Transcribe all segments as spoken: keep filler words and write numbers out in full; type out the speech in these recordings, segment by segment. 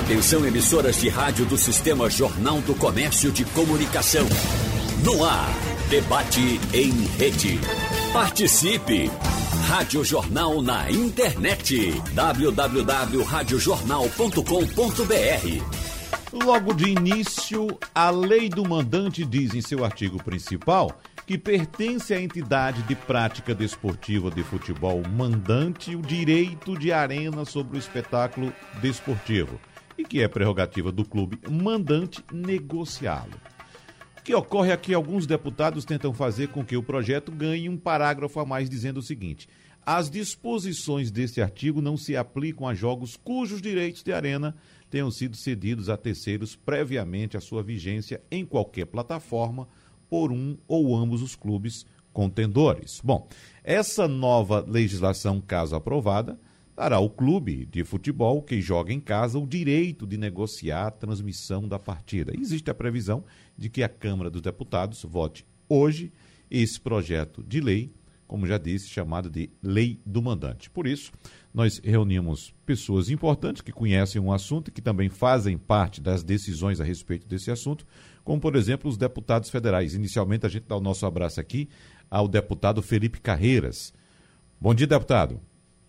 Atenção, emissoras de rádio do Sistema Jornal do Comércio de Comunicação. No ar, debate em rede. Participe! Rádio Jornal na internet. w w w ponto rádio jornal ponto com ponto b r. Logo de início, a lei do mandante diz em seu artigo principal que pertence à entidade de prática desportiva de futebol mandante o direito de arena sobre o espetáculo desportivo e que é prerrogativa do clube mandante negociá-lo. O que ocorre é que alguns deputados tentam fazer com que o projeto ganhe um parágrafo a mais dizendo o seguinte: as disposições deste artigo não se aplicam a jogos cujos direitos de arena tenham sido cedidos a terceiros previamente à sua vigência em qualquer plataforma por um ou ambos os clubes contendores. Bom, essa nova legislação, caso aprovada, dará ao clube de futebol que joga em casa o direito de negociar a transmissão da partida. Existe a previsão de que a Câmara dos Deputados vote hoje esse projeto de lei, como já disse, chamado de Lei do Mandante. Por isso, nós reunimos pessoas importantes que conhecem o assunto e que também fazem parte das decisões a respeito desse assunto, como, por exemplo, os deputados federais. Inicialmente, a gente dá o nosso abraço aqui ao deputado Felipe Carreiras. Bom dia, deputado.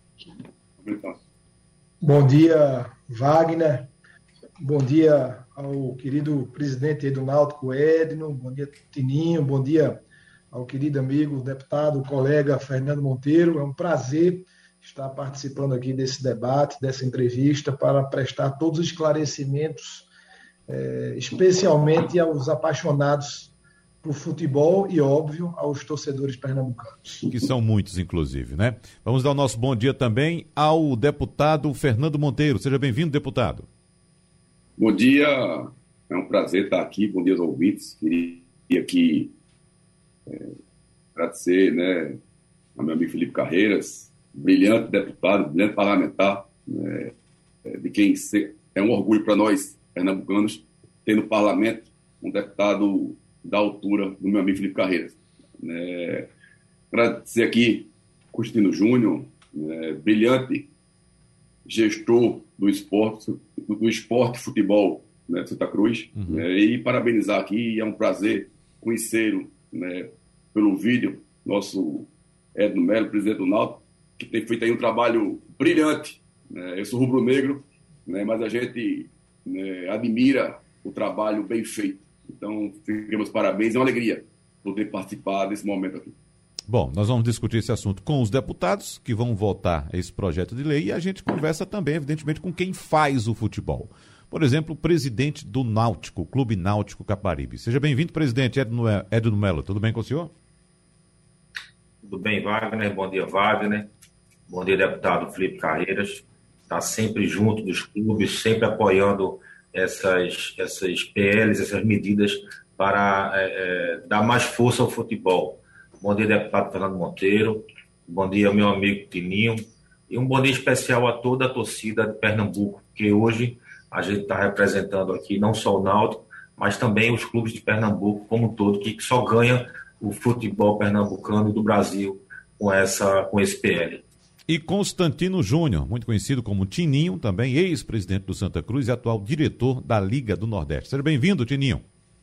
Bom dia, Wagner. Bom dia ao querido presidente do Náutico, Edno. Bom dia, Tininho. Bom dia ao querido amigo, deputado, colega Fernando Monteiro. É um prazer estar participando aqui desse debate, dessa entrevista, para prestar todos os esclarecimentos, eh, especialmente aos apaixonados por futebol e, óbvio, aos torcedores pernambucanos. Que são muitos, inclusive, né? Vamos dar o nosso bom dia também ao deputado Fernando Monteiro. Seja bem-vindo, deputado. Bom dia, é um prazer estar aqui. Bom dia aos ouvintes. Queria aqui é, agradecer, né, ao meu amigo Felipe Carreiras, brilhante deputado, brilhante parlamentar, né, de quem é um orgulho para nós, pernambucanos, ter no parlamento um deputado da altura do meu amigo Felipe Carreiras. É, agradecer aqui Constantino Júnior, é, brilhante gestor do esporte, do esporte futebol, né, de Santa Cruz, uhum. é, e parabenizar aqui, é um prazer conhecê-lo, né, pelo vídeo, nosso Edno Melo, presidente do Náutico, que tem feito aí um trabalho brilhante. Né? Eu sou rubro-negro, né, mas a gente, né, admira o trabalho bem feito. Então, ficamos parabéns, é uma alegria poder participar desse momento aqui. Bom, nós vamos discutir esse assunto com os deputados que vão votar esse projeto de lei e a gente conversa também, evidentemente, com quem faz o futebol. Por exemplo, o presidente do Náutico, Clube Náutico Caparibe. Seja bem-vindo, presidente Edno Melo. Tudo bem com o senhor? Tudo bem, Wagner. Bom dia, Wagner. Bom dia, deputado Felipe Carreiras. Está sempre junto dos clubes, sempre apoiando essas, essas P Ls, essas medidas para é, é, dar mais força ao futebol. Bom dia, deputado Fernando Monteiro. Bom dia, meu amigo Tininho. E um bom dia especial a toda a torcida de Pernambuco, que hoje a gente está representando aqui não só o Náutico, mas também os clubes de Pernambuco como um todo, que só ganha o futebol pernambucano do Brasil com, essa, com esse P L. E Constantino Júnior, muito conhecido como Tininho, também ex-presidente do Santa Cruz e atual diretor da Liga do Nordeste. Seja bem-vindo, Tininho.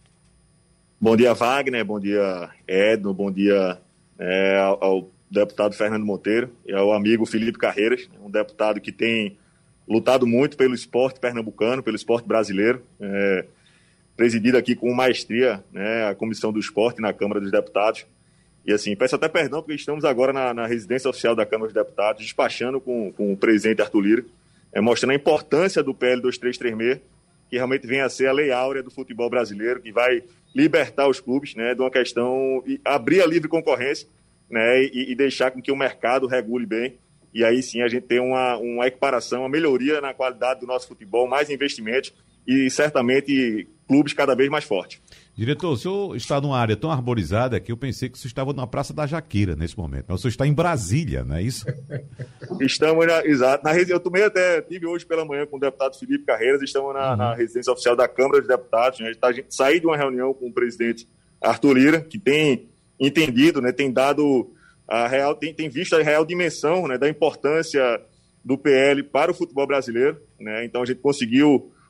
Bom dia, Wagner. Bom dia, Edno. Bom dia é, ao, ao deputado Fernando Monteiro e ao amigo Felipe Carreiras, um deputado que tem lutado muito pelo esporte pernambucano, pelo esporte brasileiro, é, presidido aqui com maestria, né, a Comissão do Esporte na Câmara dos Deputados. E assim, peço até perdão porque estamos agora na, na residência oficial da Câmara dos Deputados, despachando com, com o presidente Arthur Lira, é, mostrando a importância do P L dois três três seis, que realmente vem a ser a lei áurea do futebol brasileiro, que vai libertar os clubes, né, de uma questão, e abrir a livre concorrência, né, e, e deixar com que o mercado regule bem. E aí sim a gente tem uma, uma equiparação, uma melhoria na qualidade do nosso futebol, mais investimentos e certamente clubes cada vez mais fortes. Diretor, o senhor está numa área tão arborizada que eu pensei que o senhor estava na Praça da Jaqueira nesse momento, mas o senhor está em Brasília, não é isso? Estamos, na, exato. Na, eu também até tive hoje pela manhã com o deputado Felipe Carreiras, estamos na, uhum. na residência oficial da Câmara dos Deputados, né? A gente saiu de uma reunião com o presidente Arthur Lira, que tem entendido, né, tem dado a real, tem, tem visto a real dimensão, né, da importância do P L para o futebol brasileiro, né? Então a gente conseguiu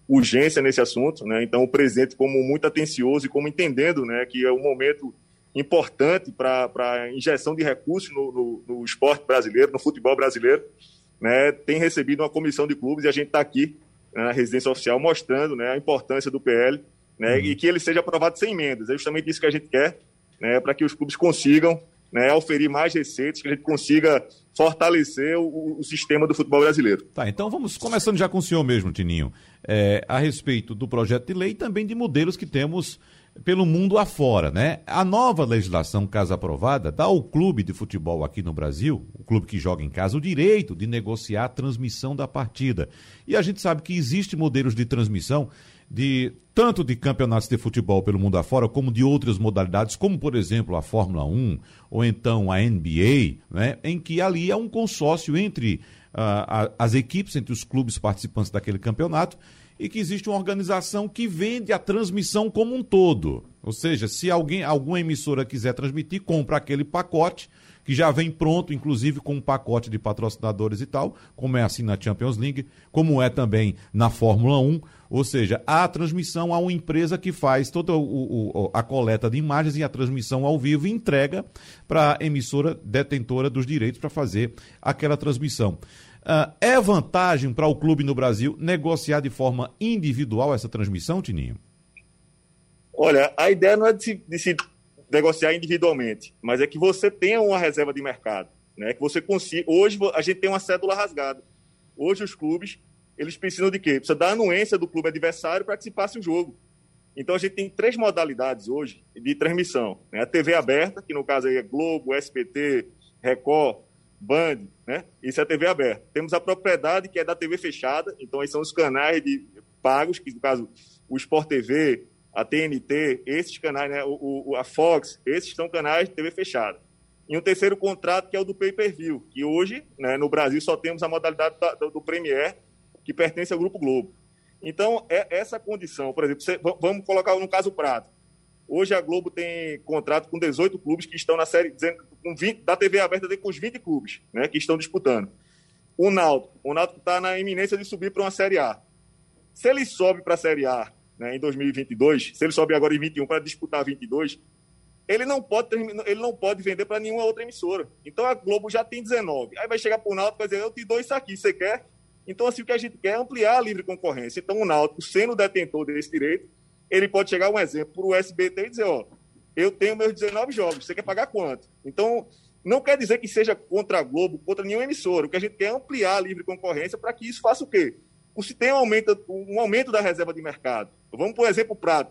urgência nesse assunto, né? Então o presidente como muito atencioso e como entendendo, né, que é um momento importante para a injeção de recursos no, no, no esporte brasileiro, no futebol brasileiro, né, tem recebido uma comissão de clubes e a gente está aqui, né, na residência oficial mostrando, né, a importância do P L, né, uhum. e que ele seja aprovado sem emendas. É justamente isso que a gente quer, né, para que os clubes consigam, né, oferir mais receitas, que a gente consiga fortalecer o, o sistema do futebol brasileiro. Tá, então vamos começando já com o senhor mesmo, Tininho, é, a respeito do projeto de lei e também de modelos que temos pelo mundo afora, né? A nova legislação, caso aprovada, dá ao clube de futebol aqui no Brasil, o clube que joga em casa, o direito de negociar a transmissão da partida. E a gente sabe que existem modelos de transmissão de tanto de campeonatos de futebol pelo mundo afora, como de outras modalidades, como, por exemplo, a Fórmula um, ou então a N B A, né? Em que ali é um consórcio entre uh, a, as equipes, entre os clubes participantes daquele campeonato, e que existe uma organização que vende a transmissão como um todo. Ou seja, se alguém, alguma emissora quiser transmitir, compra aquele pacote, que já vem pronto, inclusive com um pacote de patrocinadores e tal, como é assim na Champions League, como é também na Fórmula um. Ou seja, a transmissão a uma empresa que faz toda o, o, a coleta de imagens e a transmissão ao vivo e entrega para a emissora detentora dos direitos para fazer aquela transmissão. Uh, é vantagem para o clube no Brasil negociar de forma individual essa transmissão, Tininho? Olha, a ideia não é de se, de se negociar individualmente, mas é que você tenha uma reserva de mercado, né? Que você consiga. Hoje a gente tem uma cédula rasgada. Hoje os clubes, eles precisam de quê? Precisa da anuência do clube adversário para que se passe o jogo. Então a gente tem três modalidades hoje de transmissão, né? A T V aberta, que no caso aí é Globo, S B T, Record, Band, né? Isso é a T V aberta. Temos a propriedade, que é da T V fechada, então aí são os canais de pagos, que no caso o Sport T V, a T N T, esses canais, né? o, o, a Fox, esses são canais de T V fechada. E um terceiro contrato, que é o do pay-per-view, que hoje, né, no Brasil só temos a modalidade do, do Premier, que pertence ao Grupo Globo. Então, é essa condição, por exemplo, você, vamos colocar no caso Prato. Hoje a Globo tem contrato com dezoito clubes que estão na série, com vinte, da T V aberta tem com os vinte clubes, né, que estão disputando. O Náutico, o Náutico está na iminência de subir para uma Série A. Se ele sobe para a Série A, né, em dois mil e vinte e dois, se ele sobe agora em vinte e um para disputar vinte e dois, ele não pode, ele não pode vender para nenhuma outra emissora. Então a Globo já tem dezenove. Aí vai chegar para o Náutico e vai dizer, eu te dou isso aqui, você quer? Então assim, o que a gente quer é ampliar a livre concorrência. Então o Náutico, sendo o detentor desse direito, ele pode chegar, um exemplo, para o S B T e dizer, ó, eu tenho meus dezenove jogos, você quer pagar quanto? Então, não quer dizer que seja contra a Globo, contra nenhuma emissora. O que a gente quer é ampliar a livre concorrência para que isso faça o quê? Se tem um aumento, um aumento da reserva de mercado. Vamos, por exemplo, o Prato.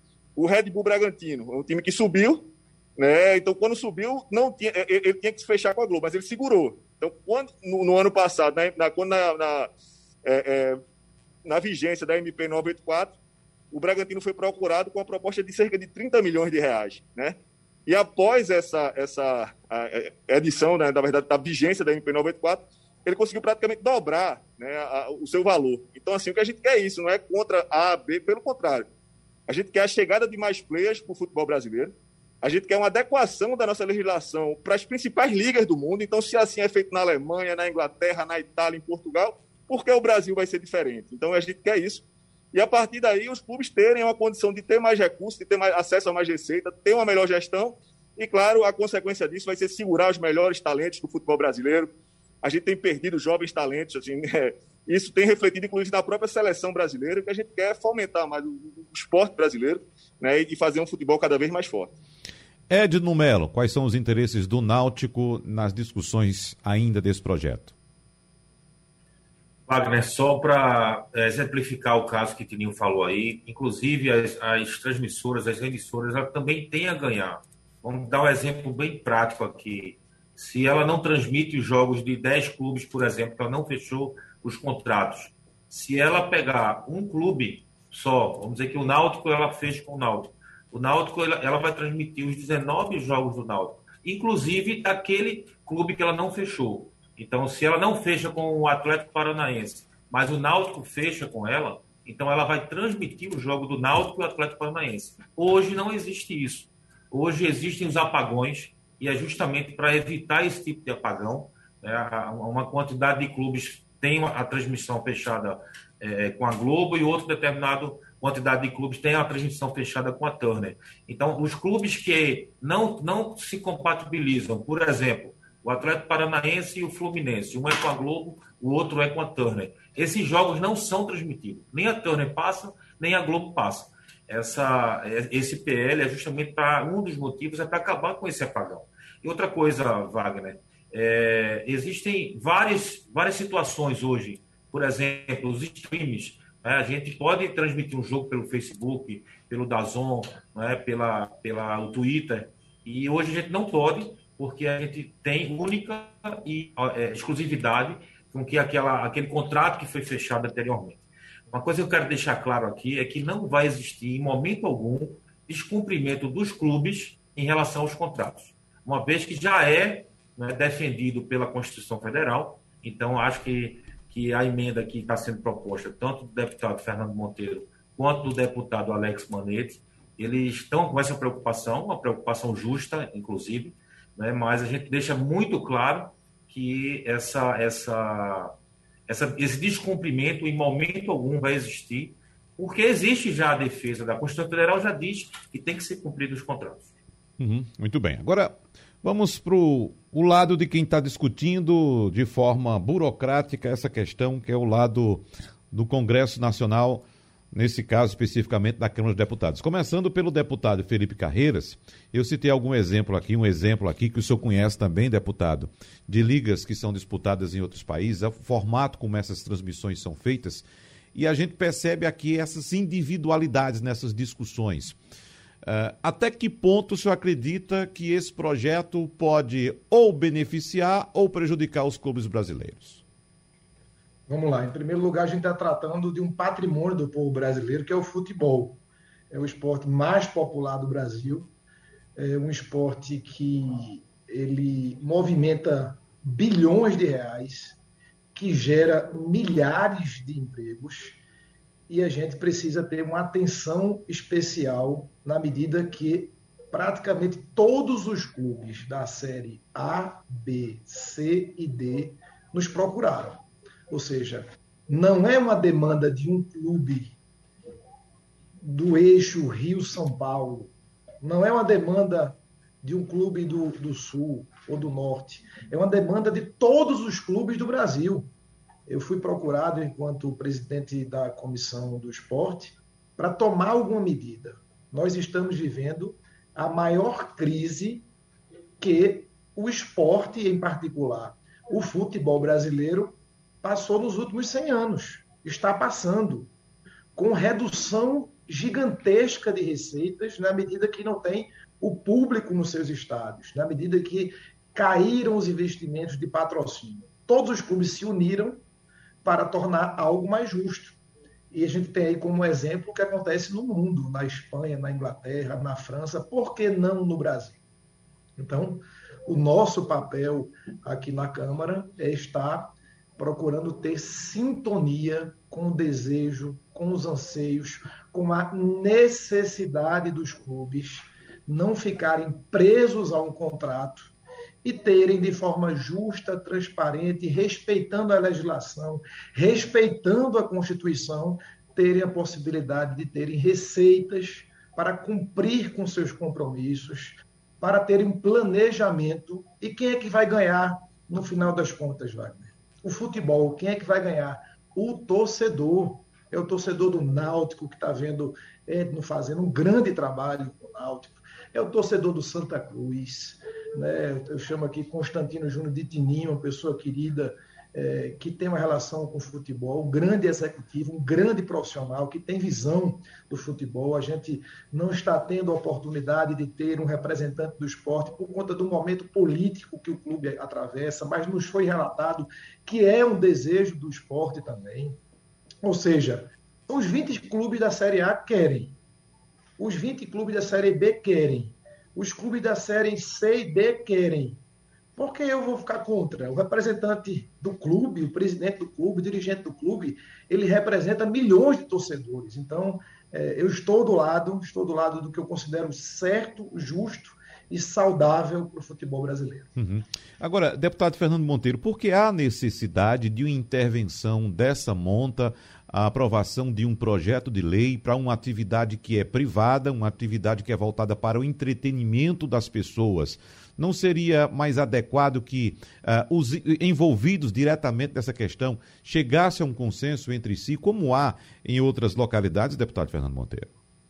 O Red Bull Bragantino, é um time que subiu, né? Então, quando subiu, não tinha, ele, ele tinha que se fechar com a Globo, mas ele segurou. Então, quando, no, no ano passado, na, na, quando na, na, é, é, na vigência da M P novecentos e oitenta e quatro, o Bragantino foi procurado com a proposta de cerca de trinta milhões de reais, né? E após essa, essa a, a edição, né, na verdade, da vigência da M P novecentos e oitenta e quatro, ele conseguiu praticamente dobrar, né, a, o seu valor. Então, assim, o que a gente quer é isso, não é contra A, B, pelo contrário. A gente quer a chegada de mais players para o futebol brasileiro, a gente quer uma adequação da nossa legislação para as principais ligas do mundo. Então, se assim é feito na Alemanha, na Inglaterra, na Itália, em Portugal, por que o Brasil vai ser diferente? Então, a gente quer isso. E, a partir daí, os clubes terem uma condição de ter mais recursos, de ter mais acesso a mais receita, ter uma melhor gestão. E, claro, a consequência disso vai ser segurar os melhores talentos do futebol brasileiro. A gente tem perdido jovens talentos. Assim, né? Isso tem refletido, inclusive, na própria seleção brasileira, que a gente quer fomentar mais o, o esporte brasileiro, né, e fazer um futebol cada vez mais forte. Edno Melo, quais são os interesses do Náutico nas discussões ainda desse projeto? Wagner, só para exemplificar o caso que o Tininho falou aí, inclusive as, as transmissoras, as emissoras, elas também têm a ganhar. Vamos dar um exemplo bem prático aqui. Se ela não transmite os jogos de dez clubes, por exemplo, que ela não fechou os contratos, se ela pegar um clube só, vamos dizer que o Náutico, ela fecha com o Náutico, o Náutico ela, ela vai transmitir os dezenove jogos do Náutico, inclusive daquele clube que ela não fechou. Então, se ela não fecha com o Atlético Paranaense, mas o Náutico fecha com ela, então ela vai transmitir o jogo do Náutico e o Atlético Paranaense. Hoje não existe isso. Hoje existem os apagões, e é justamente para evitar esse tipo de apagão, né, uma quantidade de clubes tem a transmissão fechada é, com a Globo e outro determinado quantidade de clubes tem a transmissão fechada com a Turner. Então, os clubes que não, não se compatibilizam, por exemplo, o Atlético Paranaense e o Fluminense, um é com a Globo, o outro é com a Turner. Esses jogos não são transmitidos. Nem a Turner passa, nem a Globo passa. Essa, esse P L é justamente para, um dos motivos é para acabar com esse apagão. E outra coisa, Wagner, é, existem várias, várias situações hoje. Por exemplo, os streams. Né, a gente pode transmitir um jogo pelo Facebook, pelo DAZN, né, pela, pela, o Twitter, e hoje a gente não pode, porque a gente tem única e é, exclusividade com que aquela, aquele contrato que foi fechado anteriormente. Uma coisa que eu quero deixar claro aqui é que não vai existir, em momento algum, descumprimento dos clubes em relação aos contratos, uma vez que já é, né, defendido pela Constituição Federal. Então, acho que, que a emenda que está sendo proposta, tanto do deputado Fernando Monteiro quanto do deputado Alex Manete, eles estão com essa preocupação, uma preocupação justa, inclusive, né, mas a gente deixa muito claro que essa, essa, essa, esse descumprimento, em momento algum, vai existir, porque existe já a defesa da Constituição Federal, já diz que tem que ser cumprido os contratos. Uhum, muito bem. Agora, vamos para o lado de quem está discutindo de forma burocrática essa questão, que é o lado do Congresso Nacional, nesse caso especificamente da Câmara dos Deputados. Começando pelo deputado Felipe Carreiras, eu citei algum exemplo aqui, um exemplo aqui que o senhor conhece também, deputado, de ligas que são disputadas em outros países, o formato como essas transmissões são feitas, e a gente percebe aqui essas individualidades nessas discussões. Uh, até que ponto o senhor acredita que esse projeto pode ou beneficiar ou prejudicar os clubes brasileiros? Vamos lá. Em primeiro lugar, a gente está tratando de um patrimônio do povo brasileiro, que é o futebol. É o esporte mais popular do Brasil. É um esporte que ele movimenta bilhões de reais, que gera milhares de empregos, e a gente precisa ter uma atenção especial na medida que praticamente todos os clubes da série A, B, C e D nos procuraram. Ou seja, não é uma demanda de um clube do eixo Rio-São Paulo, não é uma demanda de um clube do, do Sul ou do Norte, é uma demanda de todos os clubes do Brasil. Eu fui procurado enquanto presidente da Comissão do Esporte para tomar alguma medida. Nós estamos vivendo a maior crise que o esporte, em particular, o futebol brasileiro, passou nos últimos cem anos. Está passando, com redução gigantesca de receitas, na medida que não tem o público nos seus estádios, na medida que caíram os investimentos de patrocínio. Todos os clubes se uniram para tornar algo mais justo. E a gente tem aí como exemplo o que acontece no mundo, na Espanha, na Inglaterra, na França, por que não no Brasil? Então, o nosso papel aqui na Câmara é estar procurando ter sintonia com o desejo, com os anseios, com a necessidade dos clubes não ficarem presos a um contrato e terem de forma justa, transparente, respeitando a legislação, respeitando a Constituição, terem a possibilidade de terem receitas para cumprir com seus compromissos, para terem planejamento. E quem é que vai ganhar no final das contas, Wagner? O futebol. Quem é que vai ganhar? O torcedor. É o torcedor do Náutico que está vendo Edno fazendo um grande trabalho com o Náutico. É o torcedor do Santa Cruz, né? Eu chamo aqui Constantino Júnior de Tininho, uma pessoa querida, é, que tem uma relação com o futebol, um grande executivo, um grande profissional, que tem visão do futebol. A gente não está tendo a oportunidade de ter um representante do esporte por conta do momento político que o clube atravessa, mas nos foi relatado que é um desejo do esporte também. Ou seja, os vinte clubes da Série A querem, os vinte clubes da Série B querem, os clubes da Série C e D querem. Por que eu vou ficar contra? O representante do clube, o presidente do clube, o dirigente do clube, ele representa milhões de torcedores. Então, eu estou do lado, estou do lado do que eu considero certo, justo e saudável para o futebol brasileiro. Uhum. Agora, deputado Fernando Monteiro, por que há necessidade de uma intervenção dessa monta, a aprovação de um projeto de lei para uma atividade que é privada, uma atividade que é voltada para o entretenimento das pessoas? Não seria mais adequado que uh, os envolvidos diretamente nessa questão chegassem a um consenso entre si, como há em outras localidades, deputado Fernando Monteiro?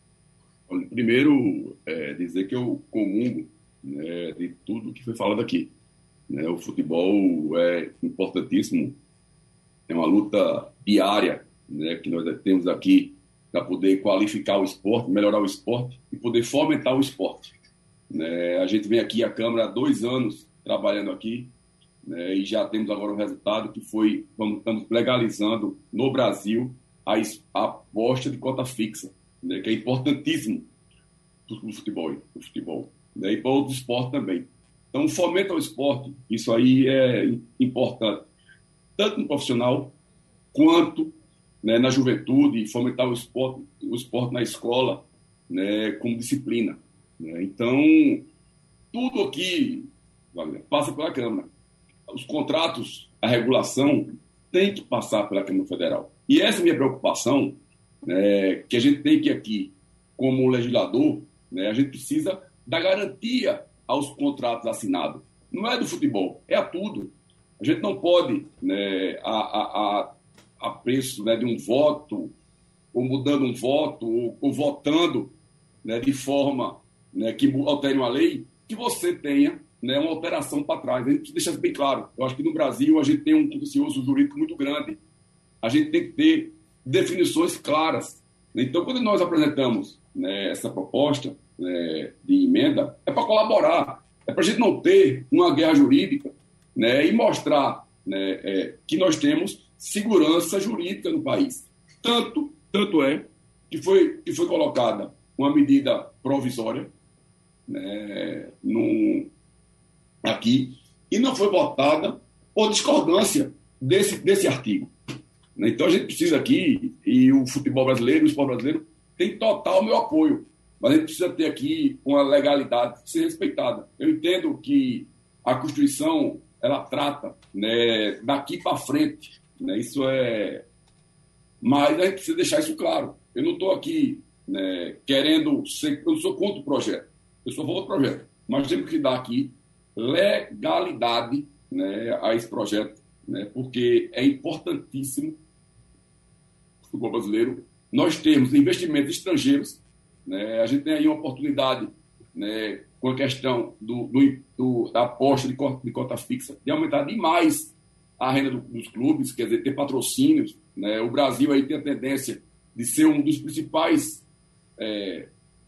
Primeiro, é, dizer que eu comungo, né, de tudo que foi falado aqui. Né? O futebol é importantíssimo, é uma luta diária, né, que nós temos aqui para poder qualificar o esporte, melhorar o esporte e poder fomentar o esporte. Né? A gente vem aqui à Câmara há dois anos trabalhando aqui, né, e já temos agora o resultado que foi, vamos, estamos legalizando no Brasil a, a aposta de cota fixa, né, que é importantíssimo para o futebol, pro futebol né, e para outros esportes também. Então, fomenta o esporte, isso aí é importante, tanto no profissional quanto, né, na juventude, fomentar o esporte, o esporte na escola, né, como disciplina. Né? Então, tudo aqui passa pela Câmara. Os contratos, a regulação tem que passar pela Câmara Federal. E essa é a minha preocupação, né, que a gente tem que aqui, como legislador, né, a gente precisa da garantia aos contratos assinados. Não é do futebol, é a tudo. A gente não pode, né, a, a, a, a preço, né, de um voto, ou mudando um voto, ou, ou votando, né, de forma, né, que altere uma lei, que você tenha, né, uma alteração para trás. A gente precisa deixar isso bem claro. Eu acho que no Brasil a gente tem um contencioso jurídico muito grande. A gente tem que ter definições claras. Então, quando nós apresentamos, né, essa proposta, né, de emenda, é para colaborar, é para a gente não ter uma guerra jurídica, né, e mostrar, né, é, que nós temos segurança jurídica no país. Tanto, tanto é que foi, que foi colocada uma medida provisória, né, num, aqui, e não foi votada por discordância desse, desse artigo. Então a gente precisa aqui, e o futebol brasileiro, o esporte brasileiro, tem total meu apoio, mas a gente precisa ter aqui uma legalidade ser respeitada. Eu entendo que a Constituição, ela trata, né, daqui para frente, né, isso é... Mas a gente precisa deixar isso claro. Eu não estou aqui, né, querendo ser... Eu não sou contra o projeto, eu sou a favor do projeto, mas temos que dar aqui legalidade, né, a esse projeto, né, porque é importantíssimo o futebol brasileiro nós temos investimentos estrangeiros, né, a gente tem aí uma oportunidade, né, com a questão do, do, do, da aposta de cota, de cota fixa, de aumentar demais a renda do, dos clubes, quer dizer, ter patrocínios, né, o Brasil aí tem a tendência de ser um dos principais é,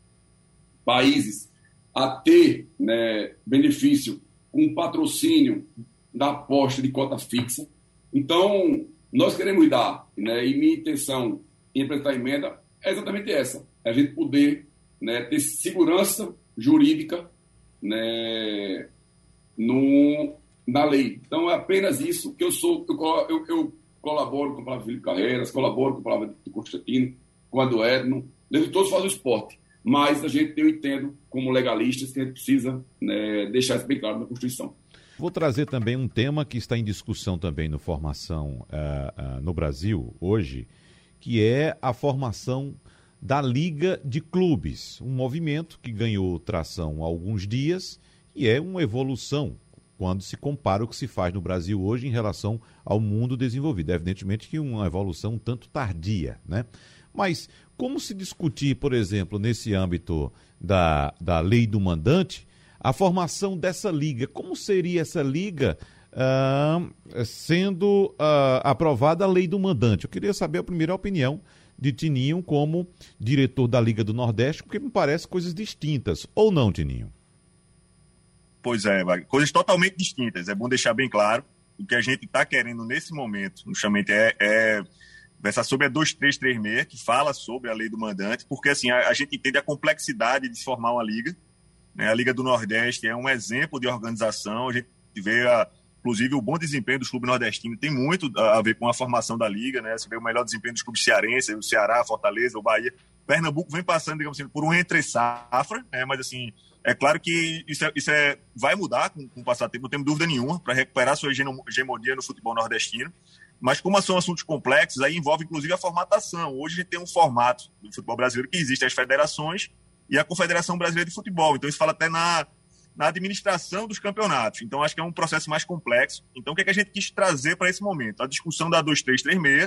países a ter, né, benefício com patrocínio da aposta de cota fixa. Então, nós queremos dar, né, e minha intenção em apresentar a emenda é exatamente essa, é a gente poder, né, ter segurança jurídica, né, no, na lei. Então, é apenas isso que eu sou, eu, eu, eu colaboro com a palavra Felipe Carreiras, colaboro com a palavra do Constantino, com a do Edno, eles todos fazem o esporte, mas a gente, eu entendo, como legalistas, que a gente precisa, né, deixar isso bem claro na Constituição. Vou trazer também um tema que está em discussão também no Formação uh, uh, no Brasil hoje, que é a formação da Liga de Clubes, um movimento que ganhou tração há alguns dias e é uma evolução quando se compara o que se faz no Brasil hoje em relação ao mundo desenvolvido. Evidentemente que uma evolução um tanto tardia, né? Mas como se discutir, por exemplo, nesse âmbito da, da lei do mandante, a formação dessa liga? Como seria essa liga uh, sendo uh, aprovada a lei do mandante? Eu queria saber a primeira opinião de Tininho como diretor da Liga do Nordeste, porque me parece coisas distintas. Ou não, Tininho? Pois é, coisas totalmente distintas. É bom deixar bem claro. O que a gente está querendo nesse momento, justamente, é, é versar sobre a dois três três seis, que fala sobre a lei do mandante, porque assim, a, a gente entende a complexidade de se formar uma liga. A Liga do Nordeste é um exemplo de organização, a gente vê, a, inclusive, o bom desempenho dos clubes nordestinos tem muito a ver com a formação da Liga, né? Você vê o melhor desempenho dos clubes cearenses, o Ceará, Fortaleza, o Bahia. Pernambuco vem passando, digamos assim, por um entre-safra, né? Mas assim, É claro que isso, é, isso é, vai mudar com, com o passar do tempo, não tenho dúvida nenhuma, para recuperar sua hegemonia no futebol nordestino. Mas como são assuntos complexos, aí envolve inclusive a formatação. Hoje a gente tem um formato do futebol brasileiro que existe as federações e a Confederação Brasileira de Futebol. Então isso fala até na, na administração dos campeonatos. Então acho que é um processo mais complexo. Então o que, é que a gente quis trazer para esse momento? A discussão da dois três três seis,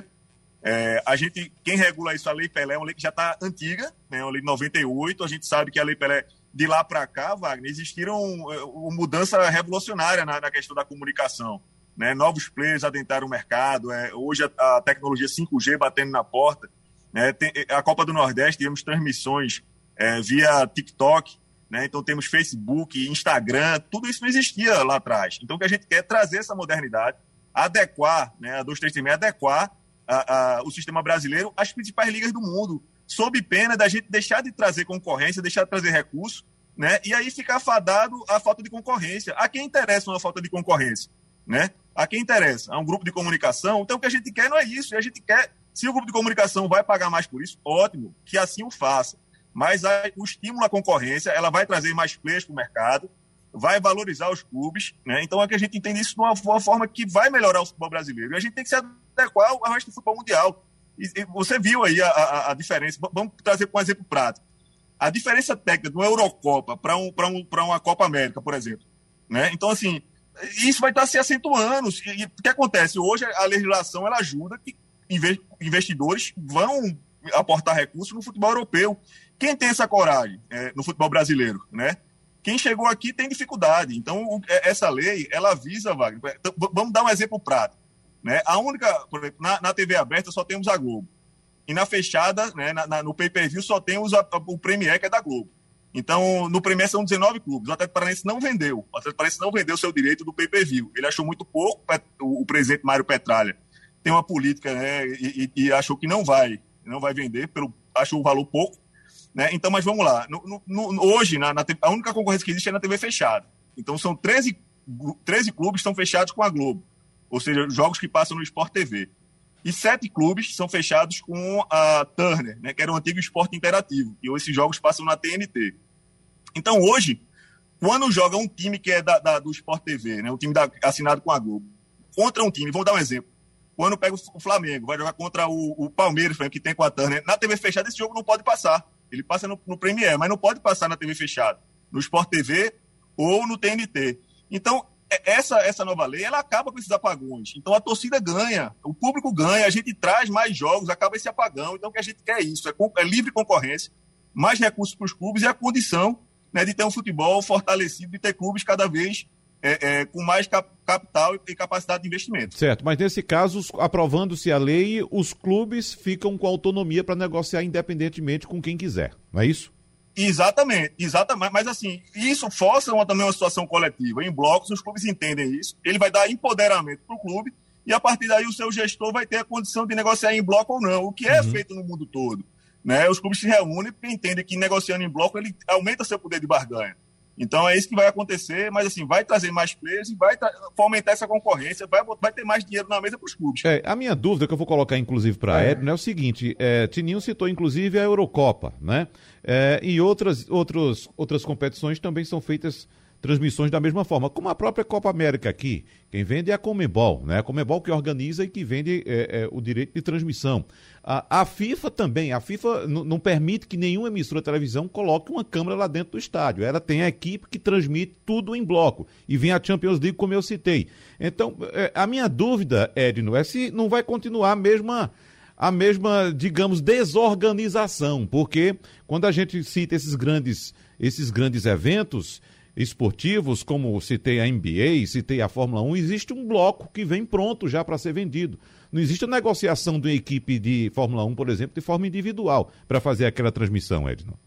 é, a gente, quem regula isso, a Lei Pelé, é uma lei que já está antiga, né, uma lei de noventa e oito. A gente sabe que a Lei Pelé, de lá para cá, Wagner, existiram uma mudança revolucionária na, na questão da comunicação. Né, novos players adentraram o mercado, é, hoje a, a tecnologia cinco G batendo na porta, né, tem, a Copa do Nordeste, tivemos transmissões é, via TikTok, né, então temos Facebook, Instagram, tudo isso não existia lá atrás. Então o que a gente quer é trazer essa modernidade, adequar, né, a dois três três seis, adequar a, a, o sistema brasileiro às principais ligas do mundo, sob pena da gente deixar de trazer concorrência, deixar de trazer recursos, né, e aí ficar fadado à falta de concorrência. A quem interessa uma falta de concorrência? Né? A quem interessa? A um grupo de comunicação. Então o que a gente quer não é isso. A gente quer, se o grupo de comunicação vai pagar mais por isso, ótimo, que assim o faça. Mas a, o estímulo à concorrência, ela vai trazer mais players para o mercado, vai valorizar os clubes, né? Então é que a gente entende isso de uma, uma forma que vai melhorar o futebol brasileiro. E a gente tem que se adequar ao resto do futebol mundial. E, e você viu aí a, a, a diferença. Vamos trazer um exemplo prático. A diferença técnica de uma Eurocopa para um, para um, para uma Copa América, por exemplo. Né? Então, assim, isso vai estar se acentuando. E o que acontece? Hoje a legislação ela ajuda que investidores vão aportar recursos no futebol europeu. Quem tem essa coragem é, no futebol brasileiro? Né? Quem chegou aqui tem dificuldade. Então, o, essa lei, ela visa, Wagner. Então, vamos dar um exemplo prático. Né? A única, por exemplo, na, na T V aberta só temos a Globo. E na fechada, né, na, na, no pay-per-view, só temos a, a, o Premier, que é da Globo. Então, no Premier são dezenove clubes. O Atlético Paranaense não vendeu. O Atlético Paranaense não vendeu o seu direito do pay-per-view. Ele achou muito pouco. O, o presidente Mário Petralha tem uma política, né, e, e, e achou que não vai, não vai vender, pelo, achou o valor pouco. Né? Então, mas vamos lá. No, no, hoje, na, na, a única concorrência que existe é na T V fechada. Então, são treze, treze clubes que estão fechados com a Globo. Ou seja, jogos que passam no Sport T V. E sete clubes são fechados com a Turner, né, que era o antigo Esporte Interativo. E esses jogos passam na T N T. Então, hoje, quando joga um time que é da, da, do Sport T V, né, um time da, assinado com a Globo, contra um time, vamos dar um exemplo. Quando pega o Flamengo, vai jogar contra o, o Palmeiras, que tem com a Turner, na T V fechada esse jogo não pode passar. Ele passa no, no Premier, mas não pode passar na T V fechada, no Sport T V ou no T N T. Então, essa, essa nova lei, ela acaba com esses apagões. Então, a torcida ganha, o público ganha, a gente traz mais jogos, acaba esse apagão. Então, o que a gente quer é isso, é, é livre concorrência, mais recursos para os clubes e a condição, né, de ter um futebol fortalecido, de ter clubes cada vez é, é, com mais cap- capital e capacidade de investimento. Certo, mas nesse caso, aprovando-se a lei, os clubes ficam com autonomia para negociar independentemente com quem quiser, não é isso? Exatamente, exatamente, mas assim, isso força uma, também uma situação coletiva. Em blocos, os clubes entendem isso, ele vai dar empoderamento para o clube e a partir daí o seu gestor vai ter a condição de negociar em bloco ou não, o que é uhum. feito no mundo todo. Né? Os clubes se reúnem porque entendem que negociando em bloco ele aumenta seu poder de barganha. Então é isso que vai acontecer, mas assim, vai trazer mais players e vai tra- fomentar essa concorrência, vai, vai ter mais dinheiro na mesa para os clubes. É, a minha dúvida que eu vou colocar inclusive para a é. Edno é o seguinte, é, Tininho citou inclusive a Eurocopa, né? É, e outras, outros, outras competições também são feitas transmissões da mesma forma, como a própria Copa América aqui, quem vende é a Conmebol, né? A Conmebol que organiza e que vende é, é, o direito de transmissão. A, a FIFA também, a FIFA n- não permite que nenhuma emissora de televisão coloque uma câmera lá dentro do estádio, ela tem a equipe que transmite tudo em bloco, e vem a Champions League como eu citei. Então, é, a minha dúvida, Edno, é se não vai continuar a mesma... a mesma, digamos, desorganização, porque quando a gente cita esses grandes, esses grandes eventos esportivos, como citei a N B A, citei a Fórmula um, existe um bloco que vem pronto já para ser vendido. Não existe a negociação de uma equipe de Fórmula um, por exemplo, de forma individual, para fazer aquela transmissão, Edno.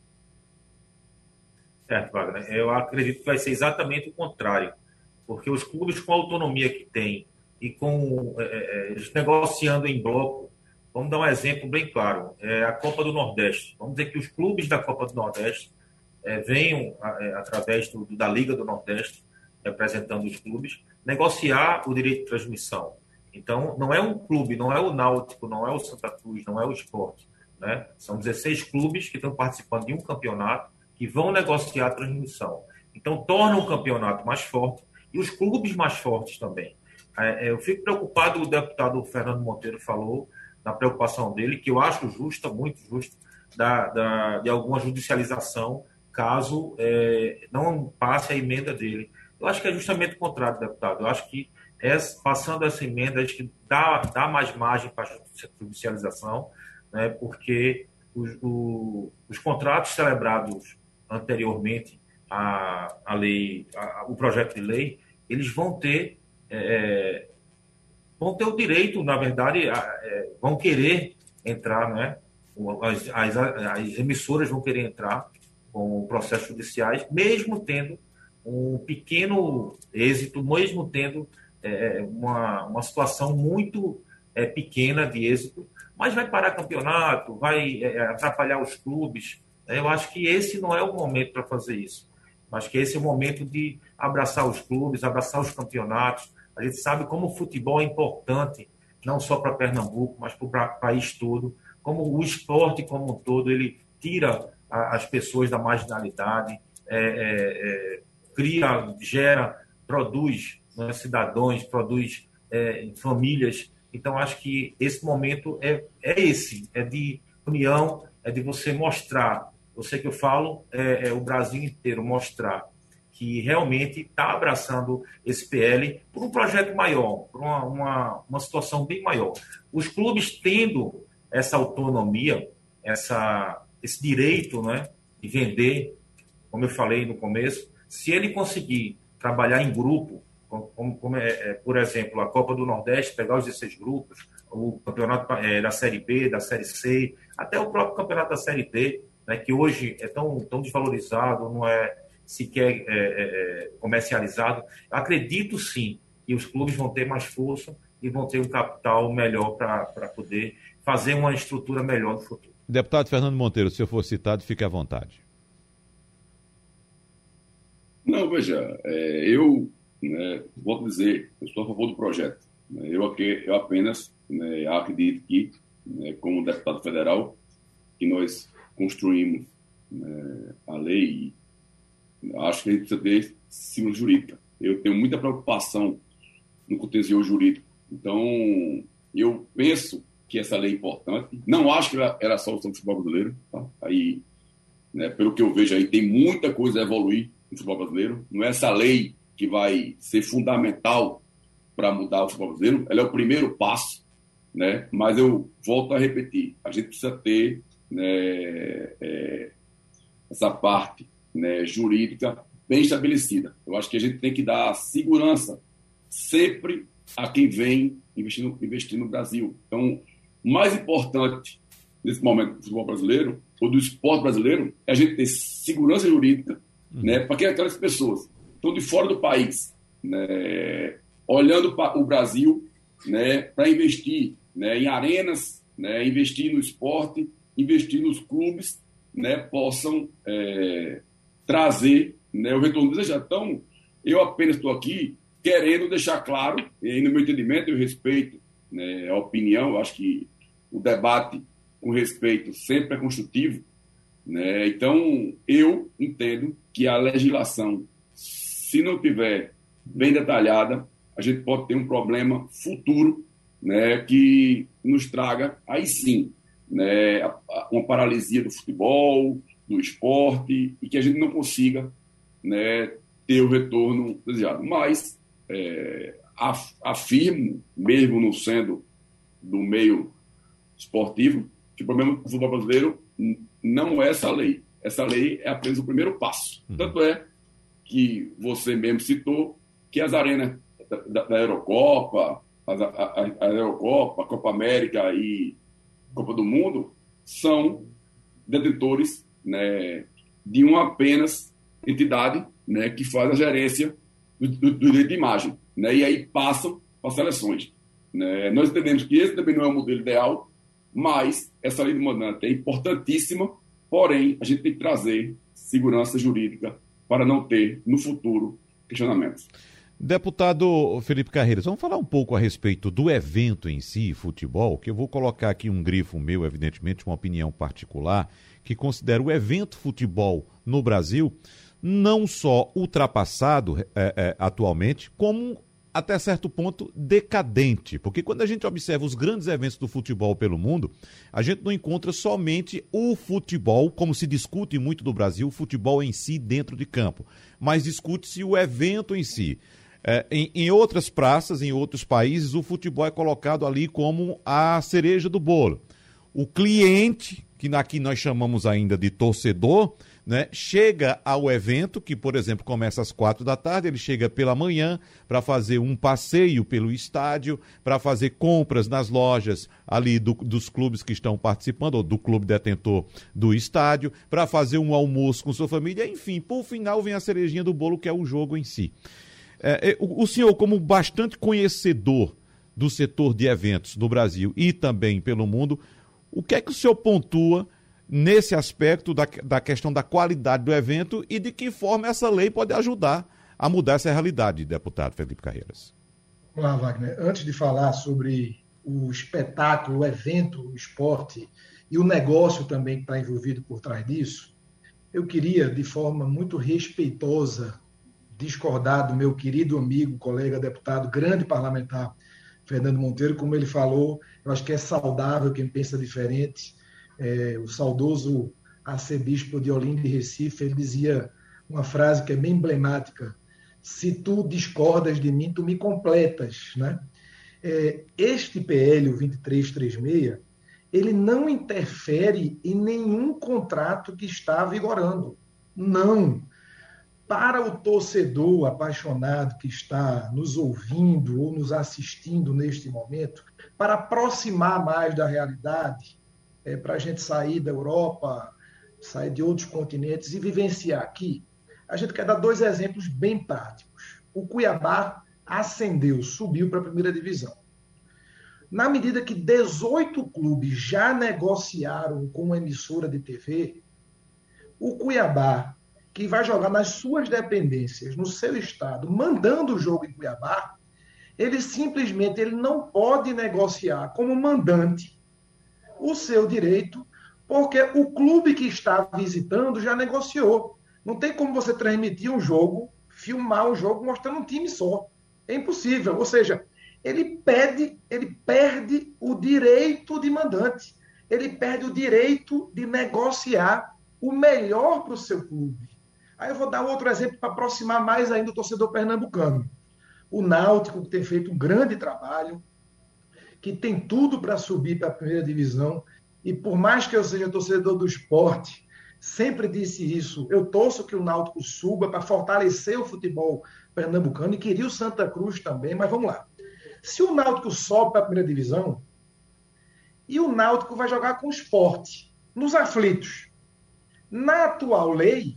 Certo, Wagner. Eu acredito que vai ser exatamente o contrário, porque os clubes com a autonomia que têm e com é, eles negociando em bloco, vamos dar um exemplo bem claro, é a Copa do Nordeste. Vamos dizer que os clubes da Copa do Nordeste é, venham, é, através do, da Liga do Nordeste, representando os clubes, negociar o direito de transmissão. Então, não é um clube, não é o Náutico, não é o Santa Cruz, não é o Sport, né? São dezesseis clubes que estão participando de um campeonato, que vão negociar a transmissão. Então, torna o campeonato mais forte e os clubes mais fortes também. É, eu fico preocupado, o deputado Fernando Monteiro falou, na preocupação dele, que eu acho justa, muito justa, da, da, de alguma judicialização, caso é, não passe a emenda dele. Eu acho que é justamente o contrário, deputado. Eu acho que essa, passando essa emenda, acho que dá, dá mais margem para a judicialização, né, porque os, o, os contratos celebrados anteriormente à, à lei, à, o projeto de lei, eles vão ter, é, vão ter o direito, na verdade, a, é, vão querer entrar, né, as, as, as emissoras vão querer entrar com processos judiciais, mesmo tendo um pequeno êxito, mesmo tendo é, uma, uma situação muito é, pequena de êxito, mas vai parar campeonato, vai é, atrapalhar os clubes. Eu acho que esse não é o momento para fazer isso. Eu acho que esse é o momento de abraçar os clubes, abraçar os campeonatos. A gente sabe como o futebol é importante, não só para Pernambuco, mas para o país todo, como o esporte como um todo, ele tira a, as pessoas da marginalidade, é, é, é, cria, gera, produz, né, cidadãos, produz é, famílias. Então, acho que esse momento é, é esse, é de união, é de você mostrar, eu sei que eu falo, é, é o Brasil inteiro mostrar que realmente está abraçando esse P L por um projeto maior, por uma, uma, uma situação bem maior. Os clubes tendo essa autonomia, essa, esse direito, né, de vender, como eu falei no começo, se ele conseguir trabalhar em grupo, como, como é, é, por exemplo, a Copa do Nordeste, pegar os dezesseis grupos, o campeonato é, da Série B, da Série C, até o próprio campeonato da Série D, né, que hoje é tão, tão desvalorizado, não é sequer é, é, comercializado. Acredito sim que os clubes vão ter mais força e vão ter um capital melhor para poder fazer uma estrutura melhor no futuro. Deputado Fernando Monteiro, se eu for citado, fique à vontade. Não, veja, é, eu, né, vou dizer, eu estou a favor do projeto. Né, eu, aqui, eu apenas né, acredito que, né, como deputado federal, que nós construímos né, a lei, acho que a gente precisa ter segurança jurídica. Eu tenho muita preocupação no conteúdo jurídico. Então, eu penso que essa lei é importante. Não acho que ela era a solução do futebol brasileiro. Tá? Aí, né, pelo que eu vejo aí, tem muita coisa a evoluir no futebol brasileiro. Não é essa lei que vai ser fundamental para mudar o futebol brasileiro. Ela é o primeiro passo, né? Mas eu volto a repetir. A gente precisa ter né, é, essa parte né, jurídica bem estabelecida. Eu acho que a gente tem que dar segurança sempre a quem vem investindo, investindo no Brasil. Então, o mais importante nesse momento do futebol brasileiro, ou do esporte brasileiro, é a gente ter segurança jurídica uhum. né, para que aquelas pessoas estão de fora do país, né, olhando para o Brasil né, para investir né, em arenas, né, investir no esporte, investir nos clubes, né, possam é, trazer né, o retorno desejado. Então, eu apenas estou aqui querendo deixar claro, e no meu entendimento, eu respeito né, a opinião, eu acho que o debate com respeito sempre é construtivo, né? Então, eu entendo que a legislação, se não tiver bem detalhada, a gente pode ter um problema futuro né, que nos traga, aí sim, né, uma paralisia do futebol, do esporte, e que a gente não consiga né, ter o retorno desejado. Mas é, afirmo, mesmo não sendo do meio esportivo, que o problema do futebol brasileiro não é essa lei. Essa lei é apenas o primeiro passo. Uhum. Tanto é que você mesmo citou que as arenas da, da, da Eurocopa, a, a, a Eurocopa, a Copa América e Copa do Mundo são detentores né, de uma apenas entidade né, que faz a gerência do, do, do direito de imagem. Né, e aí passam para as seleções. Né. Nós entendemos que esse também não é o modelo ideal, mas essa lei do mandante é importantíssima, porém a gente tem que trazer segurança jurídica para não ter, no futuro, questionamentos. Deputado Felipe Carreiras, vamos falar um pouco a respeito do evento em si, futebol, que eu vou colocar aqui um grifo meu, evidentemente, uma opinião particular, que considero o evento futebol no Brasil não só ultrapassado é, é, atualmente, como até certo ponto decadente, porque quando a gente observa os grandes eventos do futebol pelo mundo, a gente não encontra somente o futebol, como se discute muito no Brasil, o futebol em si dentro de campo, mas discute-se o evento em si. É, em, em outras praças, em outros países, o futebol é colocado ali como a cereja do bolo. O cliente, que aqui nós chamamos ainda de torcedor, né, chega ao evento, que, por exemplo, começa às quatro da tarde, ele chega pela manhã para fazer um passeio pelo estádio, para fazer compras nas lojas ali do, dos clubes que estão participando, ou do clube detentor do estádio, para fazer um almoço com sua família, enfim, por final vem a cerejinha do bolo, que é o jogo em si. É, o, o senhor, como bastante conhecedor do setor de eventos no Brasil e também pelo mundo, o que é que o senhor pontua nesse aspecto da, da questão da qualidade do evento e de que forma essa lei pode ajudar a mudar essa realidade, deputado Felipe Carreiras? Vamos lá, Wagner. Antes de falar sobre o espetáculo, o evento, o esporte e o negócio também que está envolvido por trás disso, eu queria, de forma muito respeitosa, discordar do meu querido amigo, colega deputado, grande parlamentar, Fernando Monteiro. Como ele falou, eu acho que é saudável quem pensa diferente. É, o saudoso arcebispo de Olinda e Recife, ele dizia uma frase que é bem emblemática: se tu discordas de mim, tu me completas, né? É, este P L, o vinte e três trinta e seis, ele não interfere em nenhum contrato que está vigorando. Não. Para o torcedor apaixonado que está nos ouvindo ou nos assistindo neste momento, para aproximar mais da realidade, é, para a gente sair da Europa, sair de outros continentes e vivenciar aqui, a gente quer dar dois exemplos bem práticos. O Cuiabá ascendeu, subiu para a primeira divisão. Na medida que dezoito clubes já negociaram com uma emissora de T V, o Cuiabá, que vai jogar nas suas dependências, no seu estado, mandando o jogo em Cuiabá, ele simplesmente ele não pode negociar como mandante o seu direito, porque o clube que está visitando já negociou. Não tem como você transmitir um jogo, filmar um jogo mostrando um time só. É impossível. Ou seja, ele pede, ele perde o direito de mandante. Ele perde o direito de negociar o melhor para o seu clube. Aí eu vou dar outro exemplo para aproximar mais ainda o torcedor pernambucano. O Náutico, que tem feito um grande trabalho, que tem tudo para subir para a primeira divisão, e por mais que eu seja torcedor do esporte, sempre disse isso, eu torço que o Náutico suba para fortalecer o futebol pernambucano, e queria o Santa Cruz também, mas vamos lá. Se o Náutico sobe para a primeira divisão, e o Náutico vai jogar com o esporte, nos aflitos, na atual lei,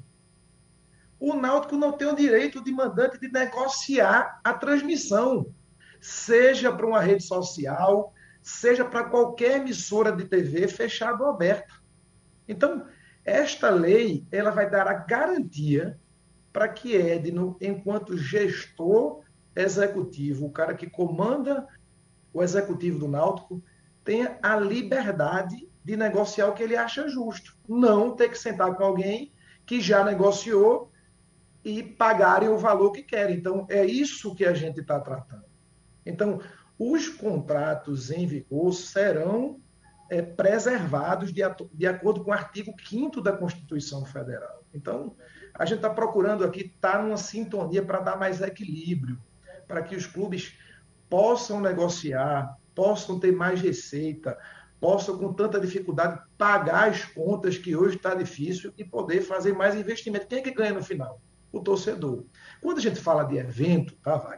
o Náutico não tem o direito de mandante de negociar a transmissão, seja para uma rede social, seja para qualquer emissora de T V fechada ou aberta. Então, esta lei ela vai dar a garantia para que Edno, enquanto gestor executivo, o cara que comanda o executivo do Náutico, tenha a liberdade de negociar o que ele acha justo. Não ter que sentar com alguém que já negociou e pagarem o valor que querem. Então, é isso que a gente está tratando. Então, os contratos em vigor serão é, preservados de, de acordo com o artigo quinto da Constituição Federal. Então, a gente está procurando aqui estar numa sintonia para dar mais equilíbrio, para que os clubes possam negociar, possam ter mais receita, possam, com tanta dificuldade, pagar as contas que hoje está difícil e poder fazer mais investimento. Quem é que ganha no final? O torcedor. Quando a gente fala de evento, tá, Wagner?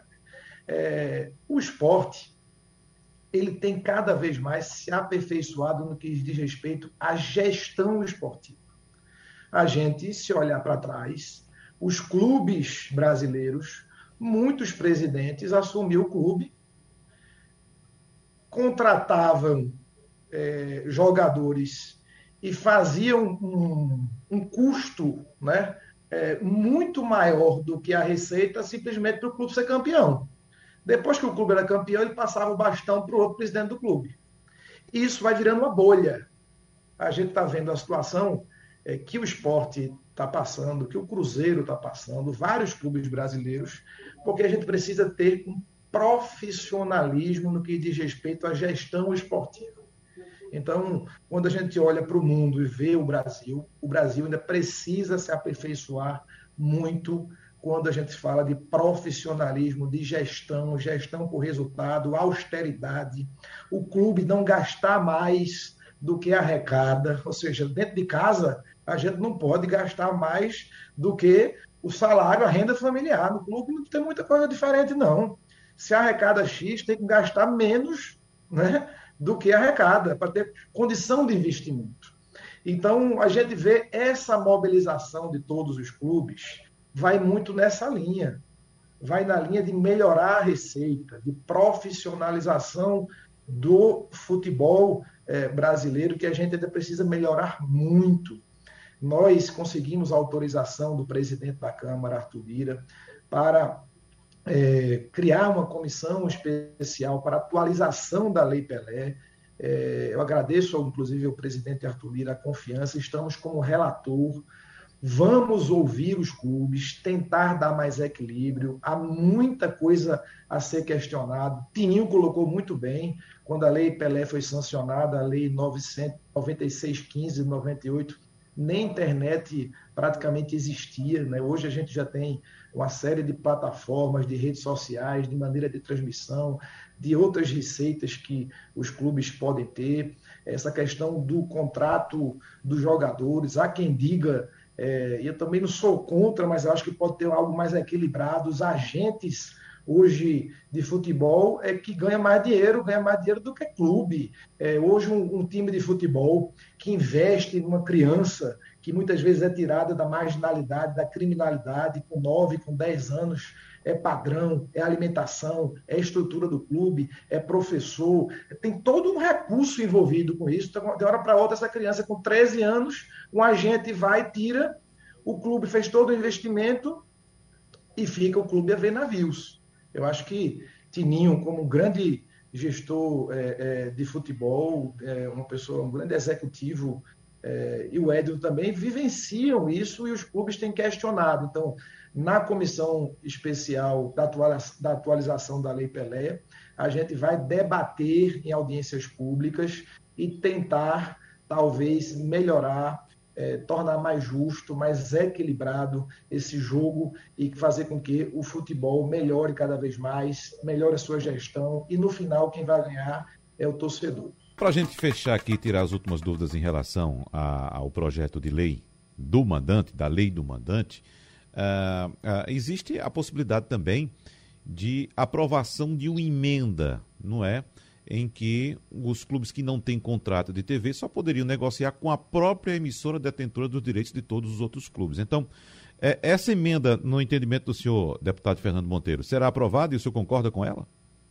É, o esporte ele tem cada vez mais se aperfeiçoado no que diz respeito à gestão esportiva. A gente, se olhar para trás, os clubes brasileiros, muitos presidentes assumiam o clube, contratavam é, jogadores e faziam um, um custo, né, é, muito maior do que a receita simplesmente para o clube ser campeão. Depois que o clube era campeão, ele passava o bastão para o outro presidente do clube. E isso vai virando uma bolha. A gente está vendo a situação é, que o esporte está passando, que o Cruzeiro está passando, vários clubes brasileiros, porque a gente precisa ter um profissionalismo no que diz respeito à gestão esportiva. Então, quando a gente olha para o mundo e vê o Brasil, o Brasil ainda precisa se aperfeiçoar muito quando a gente fala de profissionalismo, de gestão, gestão por resultado, austeridade, o clube não gastar mais do que arrecada, ou seja, dentro de casa a gente não pode gastar mais do que o salário, a renda familiar. No clube não tem muita coisa diferente, não. Se arrecada X, tem que gastar menos, né, do que arrecada, para ter condição de investimento. Então, a gente vê essa mobilização de todos os clubes, vai muito nessa linha. Vai na linha de melhorar a receita, de profissionalização do futebol eh, brasileiro, que a gente ainda precisa melhorar muito. Nós conseguimos a autorização do presidente da Câmara, Arthur Lira, para é, criar uma comissão especial para atualização da Lei Pelé. É, eu agradeço, inclusive, ao presidente Arthur Lira a confiança, estamos como relator, vamos ouvir os clubes, tentar dar mais equilíbrio, há muita coisa a ser questionado. Tininho colocou muito bem, quando a Lei Pelé foi sancionada, a Lei novecentos e noventa e seis, quinze de noventa e oito, nem internet praticamente existia, né? Hoje a gente já tem uma série de plataformas, de redes sociais, de maneira de transmissão, de outras receitas que os clubes podem ter. Essa questão do contrato dos jogadores, há quem diga, é, eu também não sou contra, mas eu acho que pode ter algo mais equilibrado. Os agentes hoje de futebol é que ganha mais dinheiro, ganha mais dinheiro do que clube. É, hoje um, um time de futebol que investe numa criança que muitas vezes é tirada da marginalidade, da criminalidade, com nove, com dez anos, é padrão, é alimentação, é estrutura do clube, é professor, tem todo um recurso envolvido com isso. Então, de hora para outra, essa criança com treze anos, um agente vai e tira, o clube fez todo o investimento e fica o clube a ver navios. Eu acho que Tininho, como um grande gestor é, é, de futebol, é, uma pessoa, um grande executivo, é, e o Edson também vivenciam isso e os clubes têm questionado. Então, na comissão especial da, atualiza, da atualização da Lei Pelé, a gente vai debater em audiências públicas e tentar, talvez, melhorar, É, tornar mais justo, mais equilibrado esse jogo e fazer com que o futebol melhore cada vez mais, melhore a sua gestão e, no final, quem vai ganhar é o torcedor. Para a gente fechar aqui e tirar as últimas dúvidas em relação a, ao projeto de lei do mandante, da lei do mandante, uh, uh, existe a possibilidade também de aprovação de uma emenda, não é? Em que os clubes que não têm contrato de T V só poderiam negociar com a própria emissora detentora dos direitos de todos os outros clubes. Então, é, essa emenda, no entendimento do senhor deputado Fernando Monteiro, será aprovada e o senhor concorda com ela?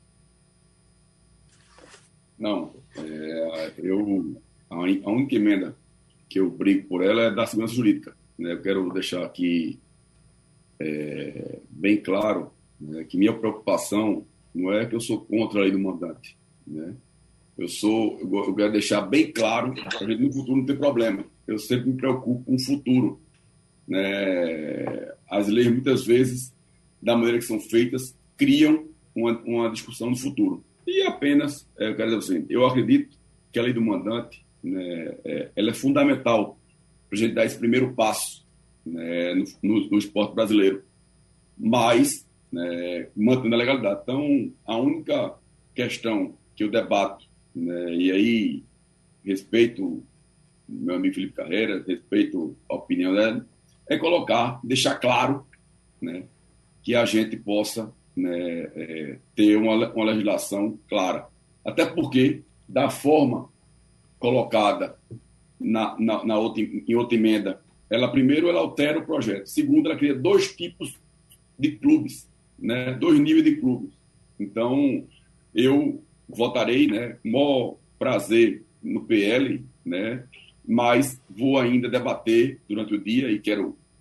Não. É, eu, a única emenda que eu brigo por ela é da segurança jurídica. Né? Eu quero deixar aqui é, bem claro, né, que minha preocupação não é que eu sou contra a lei do mandante. Né? Eu sou, eu quero deixar bem claro para a gente no futuro não ter problema. Eu sempre me preocupo com o futuro. Né? As leis, muitas vezes, da maneira que são feitas, criam uma, uma discussão no futuro. E apenas, é, eu quero dizer assim, eu acredito que a lei do mandante, né, é, ela é fundamental para a gente dar esse primeiro passo, né, no, no, no esporte brasileiro. Mas, né, mantendo a legalidade. Então, a única questão que eu debato, né, e aí respeito meu amigo Felipe Carreira, respeito a opinião dele, é colocar, deixar claro, né, que a gente possa, né, é, ter uma, uma legislação clara. Até porque, da forma colocada na, na, na outra, em outra emenda, ela primeiro ela altera o projeto, segundo ela cria dois tipos de clubes, né, dois níveis de clubes. Então, eu votarei, né, com o maior prazer no P L, né, mas vou ainda debater durante o dia e quero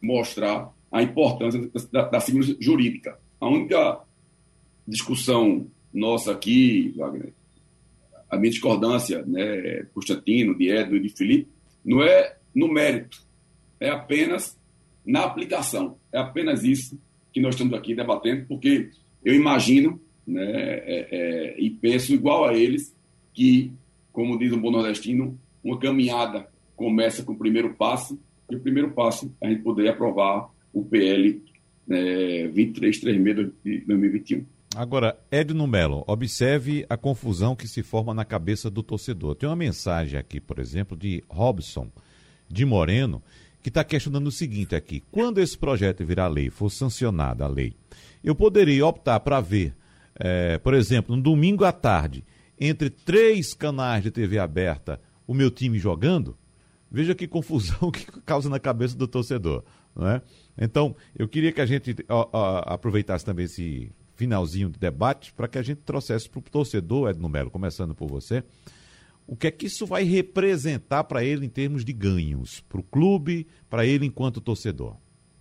mostrar a importância da, da segurança jurídica. A única discussão nossa aqui, Wagner, a minha discordância, né, Constantino, de Edno e de Felipe, não é no mérito, é apenas na aplicação. É apenas isso que nós estamos aqui debatendo, porque eu imagino, né, é, é, e penso igual a eles, que, como diz um bom nordestino, uma caminhada começa com o primeiro passo, e o primeiro passo é a gente poder aprovar o P L é, vinte e três três seis de dois mil e vinte e um. Agora, Edno Melo, observe a confusão que se forma na cabeça do torcedor. Tem uma mensagem aqui, por exemplo, de Robson de Moreno, que está questionando o seguinte aqui: quando esse projeto virar lei, for sancionada a lei, eu poderia optar para ver, é, por exemplo, no domingo à tarde, entre três canais de T V aberta, o meu time jogando? Veja que confusão que causa na cabeça do torcedor, não é? Então, eu queria que a gente ó, ó, aproveitasse também esse finalzinho de debate para que a gente trouxesse para o torcedor, Edno Melo, começando por você, o que é que isso vai representar para ele em termos de ganhos, para o clube, para ele enquanto torcedor?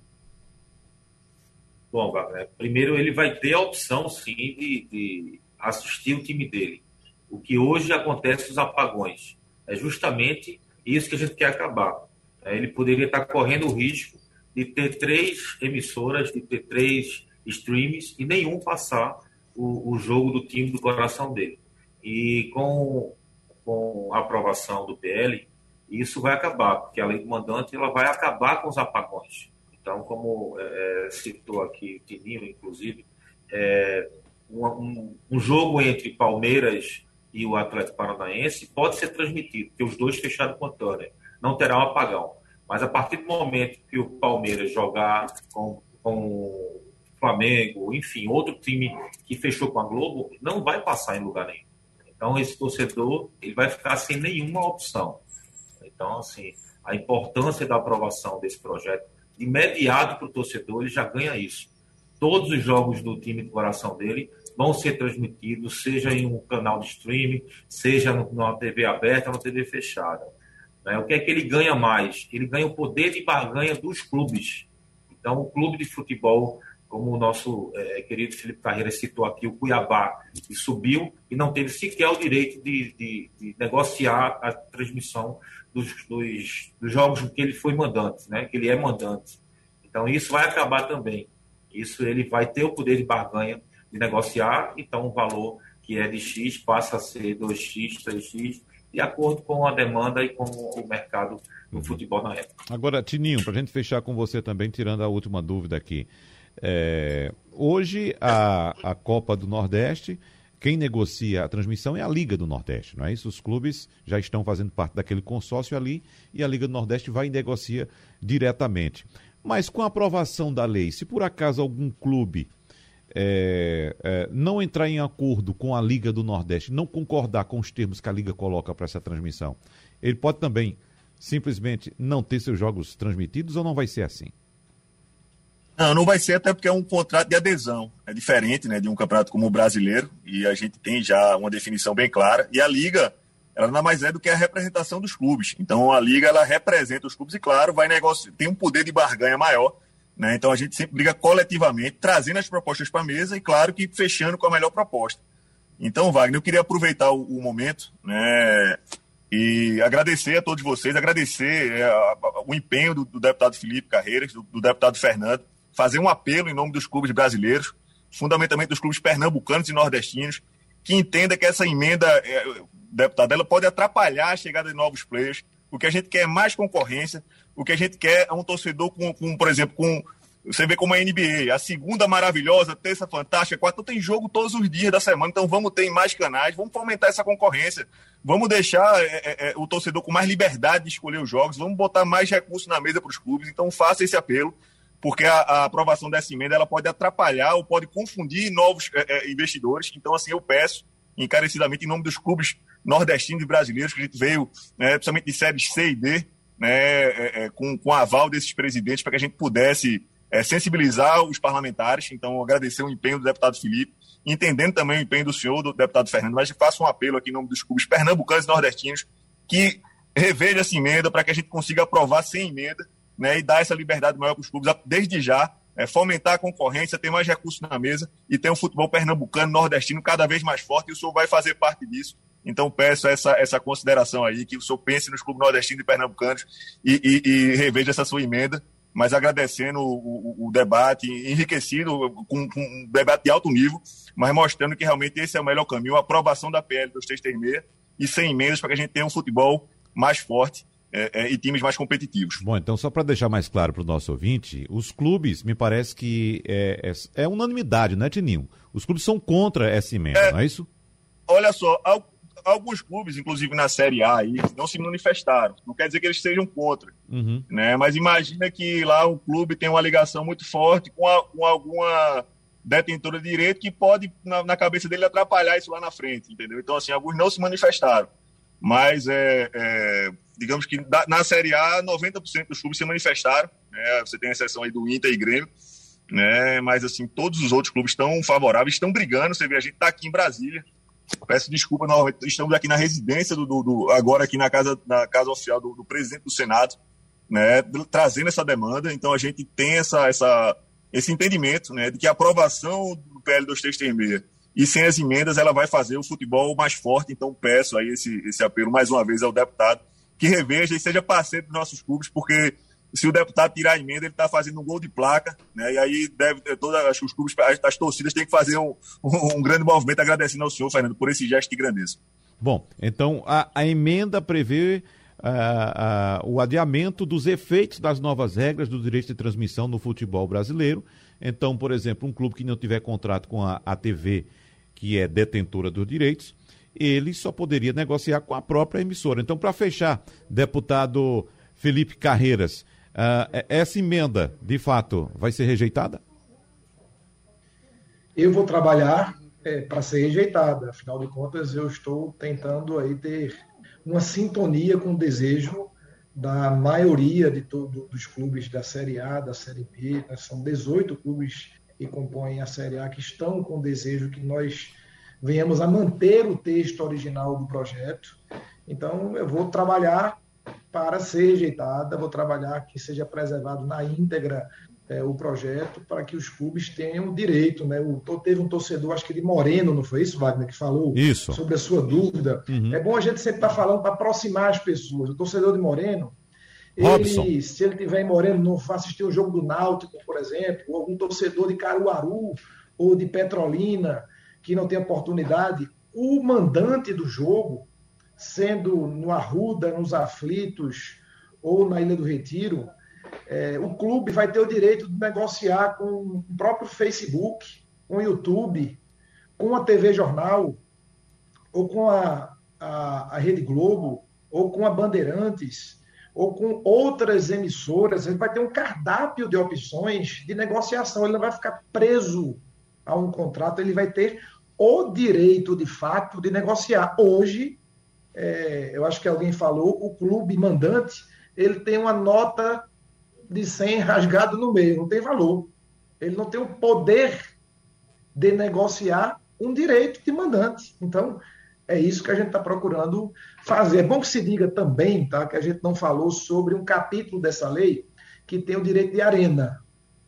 Bom, Wagner, primeiro ele vai ter a opção, sim, de, de assistir o time dele. O que hoje acontece nos apagões é justamente isso que a gente quer acabar. Ele poderia estar correndo o risco de ter três emissoras, de ter três streams e nenhum passar o, o jogo do time do coração dele. E com, com a aprovação do P L, isso vai acabar, porque a lei do mandante ela vai acabar com os apagões. Então, como é, citou aqui o Tininho, inclusive, é, um, um jogo entre Palmeiras e o Atlético Paranaense pode ser transmitido, porque os dois fecharam com a Turner, não terá um apagão. Mas a partir do momento que o Palmeiras jogar com, com o Flamengo, enfim, outro time que fechou com a Globo, não vai passar em lugar nenhum. Então, esse torcedor ele vai ficar sem nenhuma opção. Então, assim, a importância da aprovação desse projeto, de imediato para o torcedor, ele já ganha isso. Todos os jogos do time do coração dele vão ser transmitidos, seja em um canal de streaming, seja numa T V aberta ou na T V fechada. O que é que ele ganha mais? Ele ganha o poder de barganha dos clubes. Então, o clube de futebol, como o nosso é, querido Felipe Carreira citou aqui, o Cuiabá, que subiu e não teve sequer o direito de, de, de negociar a transmissão dos, dos, dos jogos que ele foi mandante, né? Que ele é mandante. Então, isso vai acabar também. Isso ele vai ter o poder de barganha de negociar, então o valor que é de X passa a ser dois x, três x, de acordo com a demanda e com o mercado do futebol na época. Agora, Tininho, para a gente fechar com você também, tirando a última dúvida aqui. É, hoje, a, a Copa do Nordeste, quem negocia a transmissão é a Liga do Nordeste, não é isso? Os clubes já estão fazendo parte daquele consórcio ali e a Liga do Nordeste vai e negocia diretamente. Mas com a aprovação da lei, se por acaso algum clube É, é, não entrar em acordo com a Liga do Nordeste, não concordar com os termos que a Liga coloca para essa transmissão, ele pode também simplesmente não ter seus jogos transmitidos ou não vai ser assim? Não, não vai ser, até porque é um contrato de adesão. É diferente, né, de um campeonato como o brasileiro, e a gente tem já uma definição bem clara. E a Liga, ela nada mais é do que a representação dos clubes. Então a Liga, ela representa os clubes e, claro, vai negociar, tem um poder de barganha maior. Né? Então a gente sempre briga coletivamente, trazendo as propostas para a mesa e, claro, que fechando com a melhor proposta. Então, Wagner, eu queria aproveitar o, o momento, né, e agradecer a todos vocês, agradecer é, a, a, o empenho do, do deputado Felipe Carreiras, do, do deputado Fernando, fazer um apelo em nome dos clubes brasileiros, fundamentalmente dos clubes pernambucanos e nordestinos, que entenda que essa emenda, é, deputado, ela pode atrapalhar a chegada de novos players. O que a gente quer é mais concorrência. O que a gente quer é um torcedor com, com, por exemplo, com você vê como a N B A, a segunda maravilhosa, terça fantástica, quarta, então tem jogo todos os dias da semana, então vamos ter em mais canais, vamos fomentar essa concorrência, vamos deixar é, é, o torcedor com mais liberdade de escolher os jogos, vamos botar mais recursos na mesa para os clubes, então faça esse apelo, porque a, a aprovação dessa emenda ela pode atrapalhar ou pode confundir novos é, é, investidores, então assim eu peço encarecidamente em nome dos clubes nordestinos e brasileiros, que a gente veio, né, principalmente de séries C e D, né, é, é, com, com a aval desses presidentes, para que a gente pudesse é, sensibilizar os parlamentares. Então, agradecer o empenho do deputado Felipe, entendendo também o empenho do senhor, do deputado Fernando, mas faço um apelo aqui em nome dos clubes pernambucanos e nordestinos que reveja essa emenda para que a gente consiga aprovar sem emenda né, e dar essa liberdade maior para os clubes, desde já, é, fomentar a concorrência, ter mais recursos na mesa e ter um futebol pernambucano, nordestino cada vez mais forte, e o senhor vai fazer parte disso. Então peço essa, essa consideração aí, que o senhor pense nos clubes nordestinos e pernambucanos e, e, e reveja essa sua emenda, mas agradecendo o, o, o debate, enriquecido com, com um debate de alto nível, mas mostrando que realmente esse é o melhor caminho, a aprovação da P L dois três três seis e sem emendas para que a gente tenha um futebol mais forte é, é, e times mais competitivos. Bom, então só para deixar mais claro para o nosso ouvinte, os clubes, me parece que é, é, é unanimidade, né, Tininho? Os clubes são contra essa emenda, é, não é isso? Olha só, alguns clubes, inclusive na Série A, aí, não se manifestaram. Não quer dizer que eles sejam contra, uhum. né? Mas imagina que lá o clube tem uma ligação muito forte com, a, com alguma detentora de direito que pode, na, na cabeça dele, atrapalhar isso lá na frente, entendeu? Então, assim, alguns não se manifestaram. Mas, é, é, digamos que da, na Série A, noventa por cento dos clubes se manifestaram, né? Você tem a exceção aí do Inter e Grêmio, né? Mas, assim, todos os outros clubes estão favoráveis, estão brigando. Você vê, a gente está aqui em Brasília. Peço desculpa, novamente, estamos aqui na residência, do, do, do agora aqui na casa, na casa oficial do, do presidente do Senado, né, trazendo essa demanda. Então a gente tem essa, essa, esse entendimento, né, de que a aprovação do P L dois três três seis e sem as emendas ela vai fazer o futebol mais forte. Então peço aí esse, esse apelo mais uma vez ao deputado que reveja e seja parceiro dos nossos clubes, porque se o deputado tirar a emenda, ele está fazendo um gol de placa, né? E aí deve ter toda, acho que os clubes, as, as torcidas têm que fazer um, um, um grande movimento agradecendo ao senhor, Fernando, por esse gesto de grandeza. Bom, então a, a emenda prevê uh, uh, o adiamento dos efeitos das novas regras do direito de transmissão no futebol brasileiro. Então, por exemplo, um clube que não tiver contrato com a, a T V, que é detentora dos direitos, ele só poderia negociar com a própria emissora. Então, para fechar, deputado Felipe Carreiras, Uh, essa emenda, de fato, vai ser rejeitada? Eu vou trabalhar é, para ser rejeitada. Afinal de contas, eu estou tentando aí ter uma sintonia com o desejo da maioria de todo, dos clubes da Série A, da Série B. Né? São dezoito clubes que compõem a Série A que estão com o desejo que nós venhamos a manter o texto original do projeto. Então, eu vou trabalhar para ser rejeitada, vou trabalhar que seja preservado na íntegra é, o projeto para que os clubes tenham direito, né? O, teve um torcedor, acho que de Moreno, não foi isso, Wagner, que falou isso. Sobre a sua dúvida. Uhum. É bom a gente sempre estar tá falando para aproximar as pessoas. O torcedor de Moreno, ele, se ele estiver em Moreno, não for assistir um jogo do Náutico, por exemplo, ou algum torcedor de Caruaru ou de Petrolina que não tem oportunidade, o mandante do jogo, sendo no Arruda, nos Aflitos ou na Ilha do Retiro, é, o clube vai ter o direito de negociar com o próprio Facebook, com o YouTube, com a T V Jornal, ou com a, a, a Rede Globo, ou com a Bandeirantes, ou com outras emissoras. Ele vai ter um cardápio de opções de negociação. Ele não vai ficar preso a um contrato, ele vai ter o direito, de fato, de negociar. Hoje, É, eu acho que alguém falou, o clube mandante, ele tem uma nota de cem rasgado no meio, não tem valor. Ele não tem o poder de negociar um direito de mandante. Então, é isso que a gente está procurando fazer. É bom que se diga também, tá, que a gente não falou sobre um capítulo dessa lei que tem o direito de arena.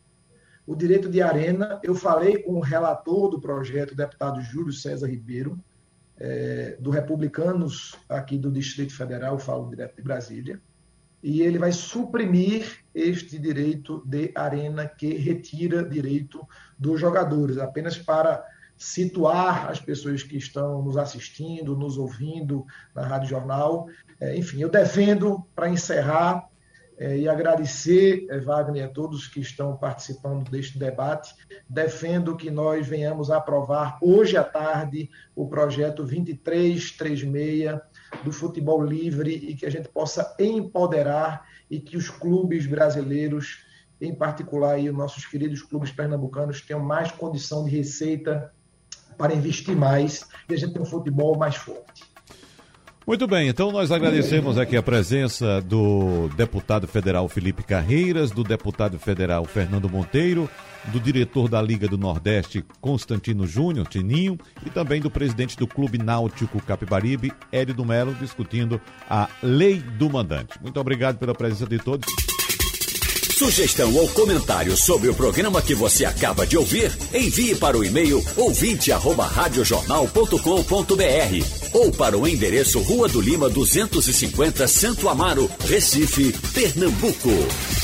O direito de arena, eu falei com o relator do projeto, o deputado Júlio César Ribeiro, É, do Republicanos aqui do Distrito Federal, eu falo direto de Brasília, e ele vai suprimir este direito de arena que retira direito dos jogadores, apenas para situar as pessoas que estão nos assistindo, nos ouvindo na Rádio Jornal. É, enfim, eu defendo, para encerrar, É, e agradecer, é, Wagner, a todos que estão participando deste debate. Defendo que nós venhamos a aprovar hoje à tarde o projeto vinte e três três seis do futebol livre e que a gente possa empoderar e que os clubes brasileiros, em particular aí, os nossos queridos clubes pernambucanos, tenham mais condição de receita para investir mais e a gente tenha um futebol mais forte. Muito bem, então nós agradecemos aqui a presença do deputado federal Felipe Carreiras, do deputado federal Fernando Monteiro, do diretor da Liga do Nordeste, Constantino Júnior, Tininho, e também do presidente do Clube Náutico Capibaribe, Hélio do Melo, discutindo a Lei do Mandante. Muito obrigado pela presença de todos. Sugestão ou comentário sobre o programa que você acaba de ouvir, envie para o e-mail ouvinte arroba radiojornal ponto com ponto br ou para o endereço Rua do Lima duzentos e cinquenta, Santo Amaro, Recife, Pernambuco.